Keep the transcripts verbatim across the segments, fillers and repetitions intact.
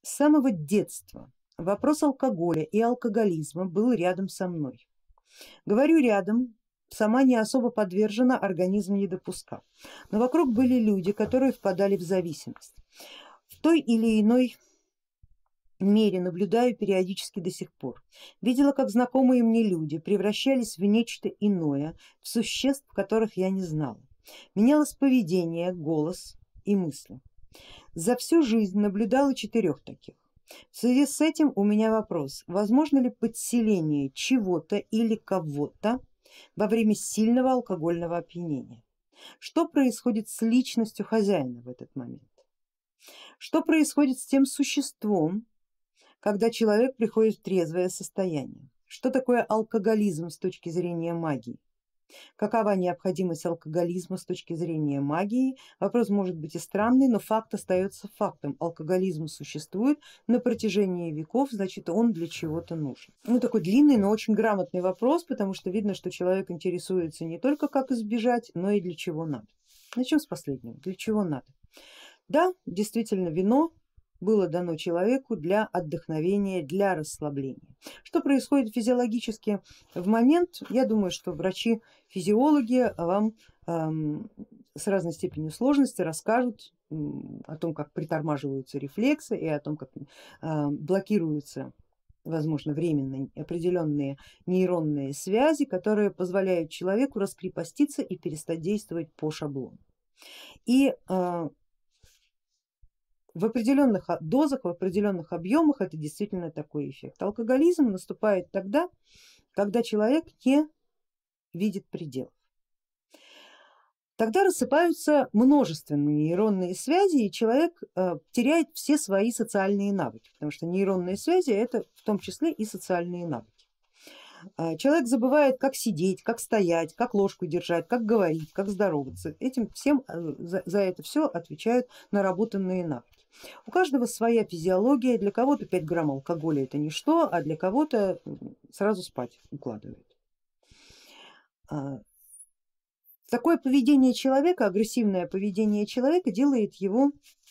С самого детства вопрос алкоголя и алкоголизма был рядом со мной. Говорю рядом, сама не особо подвержена, организм не допускал. Но вокруг были люди, которые впадали в зависимость. В той или иной мере наблюдаю периодически до сих пор. Видела, как знакомые мне люди превращались в нечто иное, в существ, которых я не знала. Менялось поведение, голос и мысли. За всю жизнь наблюдала четырех таких. В связи с этим у меня вопрос: возможно ли подселение чего-то или кого-то во время сильного алкогольного опьянения? Что происходит с личностью хозяина в этот момент? Что происходит с тем существом, когда человек приходит в трезвое состояние? Что такое алкоголизм с точки зрения магии? Какова необходимость алкоголизма с точки зрения магии? Вопрос может быть и странный, но факт остается фактом. Алкоголизм существует на протяжении веков, значит он для чего-то нужен. Ну такой длинный, но очень грамотный вопрос, потому что видно, что человек интересуется не только как избежать, но и для чего надо. Начнем с последнего. Для чего надо? Да, действительно, вино было дано человеку для отдохновения, для расслабления. Что происходит физиологически в момент, я думаю, что врачи-физиологи вам эм, с разной степенью сложности расскажут эм, о том, как притормаживаются рефлексы и о том, как э, блокируются, возможно, временно определенные нейронные связи, которые позволяют человеку раскрепоститься и перестать действовать по шаблону. И э, в определенных дозах, в определенных объемах это действительно такой эффект. Алкоголизм наступает тогда, когда человек не видит пределов. Тогда рассыпаются множественные нейронные связи, и человек теряет все свои социальные навыки, потому что нейронные связи это в том числе и социальные навыки. Человек забывает, как сидеть, как стоять, как ложку держать, как говорить, как здороваться. Этим всем за, за это все отвечают наработанные навыки. У каждого своя физиология, для кого-то пять грамм алкоголя это ничто, а для кого-то сразу спать укладывает. Такое поведение человека, агрессивное поведение человека делает его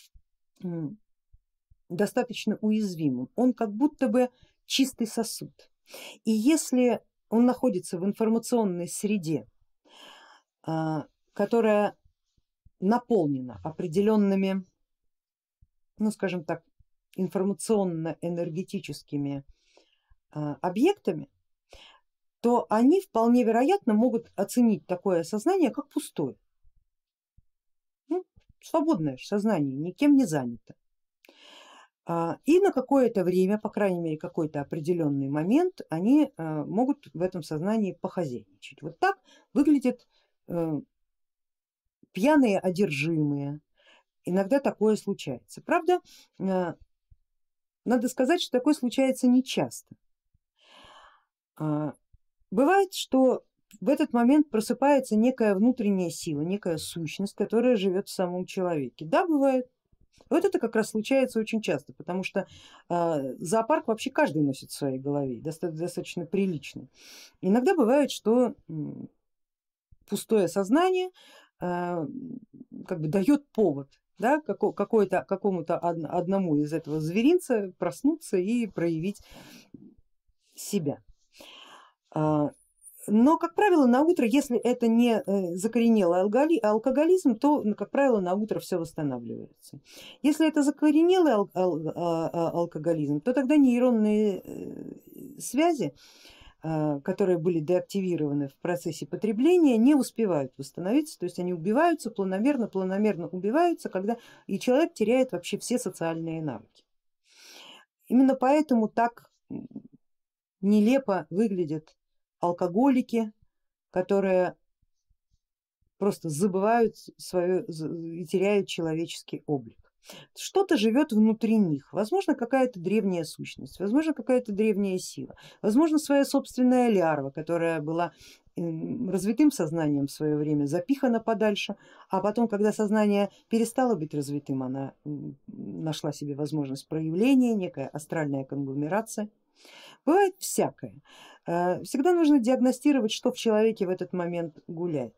достаточно уязвимым. Он как будто бы чистый сосуд. И если он находится в информационной среде, которая наполнена определенными, ну скажем так, информационно-энергетическими объектами, то они вполне вероятно могут оценить такое сознание как пустое. Ну, свободное сознание, никем не занято. И на какое-то время, по крайней мере какой-то определенный момент, они могут в этом сознании похозяйничать. Вот так выглядят пьяные одержимые, иногда такое случается. Правда, надо сказать, что такое случается нечасто. Бывает, что в этот момент просыпается некая внутренняя сила, некая сущность, которая живет в самом человеке. Да, бывает. Вот это как раз случается очень часто, потому что э, зоопарк вообще каждый носит в своей голове, достаточно, достаточно приличный. Иногда бывает, что э, пустое сознание э, как бы дает повод, да, какому-то одному из этого зверинца проснуться и проявить себя. Но, как правило, на утро, если это не закоренелый алкоголизм, то, как правило, на утро все восстанавливается. Если это закоренелый ал алкоголизм, то тогда нейронные связи, которые были деактивированы в процессе потребления, не успевают восстановиться, то есть они убиваются планомерно, планомерно убиваются, когда и человек теряет вообще все социальные навыки. Именно поэтому так нелепо выглядят алкоголики, которые просто забывают свое и теряют человеческий облик. Что-то живет внутри них, возможно какая-то древняя сущность, возможно какая-то древняя сила, возможно своя собственная лярва, которая была развитым сознанием в свое время запихана подальше, а потом, когда сознание перестало быть развитым, она нашла себе возможность проявления, некая астральная конгломерация. Бывает всякое. Всегда нужно диагностировать, что в человеке в этот момент гуляет.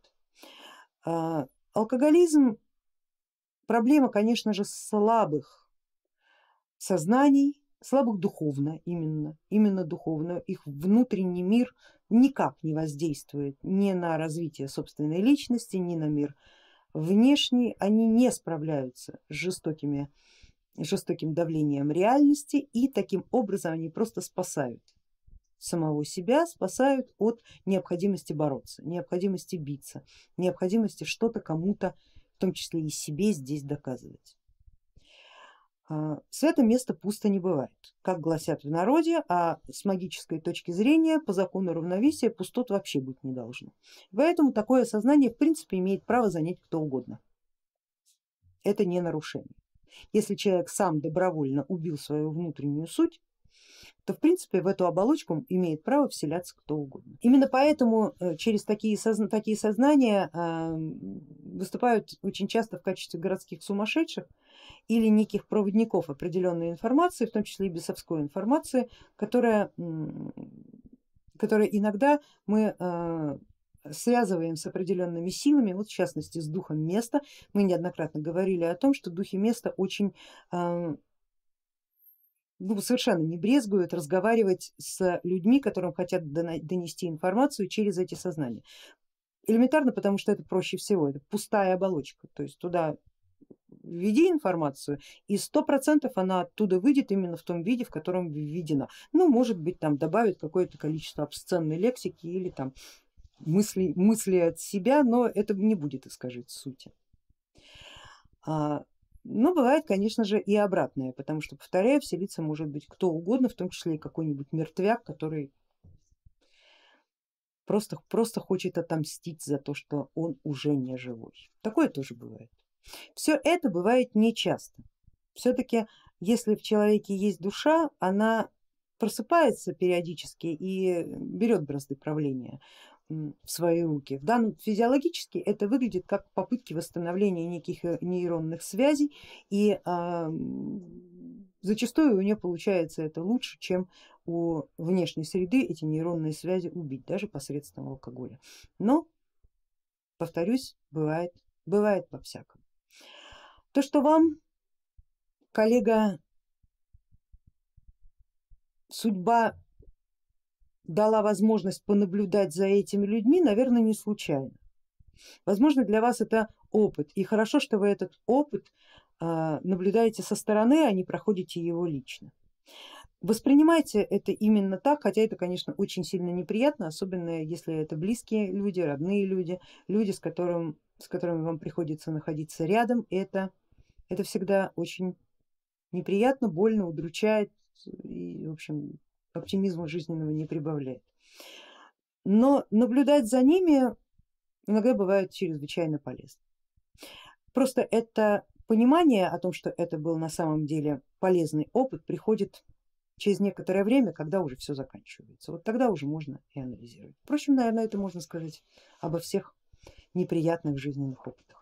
Алкоголизм проблема, конечно же, слабых сознаний, слабых духовно, именно, именно духовно, их внутренний мир никак не воздействует ни на развитие собственной личности, ни на мир внешний, они не справляются с жестокими, жестоким давлением реальности, и таким образом они просто спасают самого себя, спасают от необходимости бороться, необходимости биться, необходимости что-то кому-то, в том числе и себе, здесь доказывать. Свято место пусто не бывает, как гласят в народе, а с магической точки зрения по закону равновесия пустот вообще быть не должно. Поэтому такое сознание в принципе имеет право занять кто угодно. Это не нарушение. Если человек сам добровольно убил свою внутреннюю суть, то в принципе в эту оболочку имеет право вселяться кто угодно. Именно поэтому через такие, созна такие сознания выступают очень часто в качестве городских сумасшедших или неких проводников определенной информации, в том числе и бесовской информации, которая, которая иногда мы связываем с определенными силами, вот в частности с духом места. Мы неоднократно говорили о том, что духи места очень ну, совершенно не брезгуют разговаривать с людьми, которым хотят донести информацию через эти сознания. Элементарно, потому что это проще всего, это пустая оболочка, то есть туда введи информацию и сто процентов она оттуда выйдет именно в том виде, в котором введена. Ну, может быть, там добавит какое-то количество обсценной лексики или там мысли, мысли от себя, но это не будет искажать сути. Но бывает, конечно же, и обратное, потому что, повторяю, вселиться может быть кто угодно, в том числе и какой-нибудь мертвяк, который просто, просто хочет отомстить за то, что он уже не живой. Такое тоже бывает. Все это бывает нечасто. Все-таки, если в человеке есть душа, она просыпается периодически и берет бразды правления в свои руки. В данном физиологически это выглядит как попытки восстановления неких нейронных связей, и э, зачастую у нее получается это лучше, чем у внешней среды эти нейронные связи убить, даже посредством алкоголя. Но, повторюсь, бывает, бывает по-всякому. То, что вам, коллега, судьба дала возможность понаблюдать за этими людьми, наверное, не случайно. Возможно, для вас это опыт, и хорошо, что вы этот опыт наблюдаете со стороны, а не проходите его лично. Воспринимайте это именно так, хотя это, конечно, очень сильно неприятно, особенно если это близкие люди, родные люди, люди, с, которым, с которыми вам приходится находиться рядом. Это, это всегда очень неприятно, больно, удручает и, в общем, оптимизма жизненного не прибавляет. Но наблюдать за ними иногда бывает чрезвычайно полезно. Просто это понимание о том, что это был на самом деле полезный опыт, приходит через некоторое время, когда уже все заканчивается. Вот тогда уже можно и анализировать. Впрочем, наверное, это можно сказать обо всех неприятных жизненных опытах.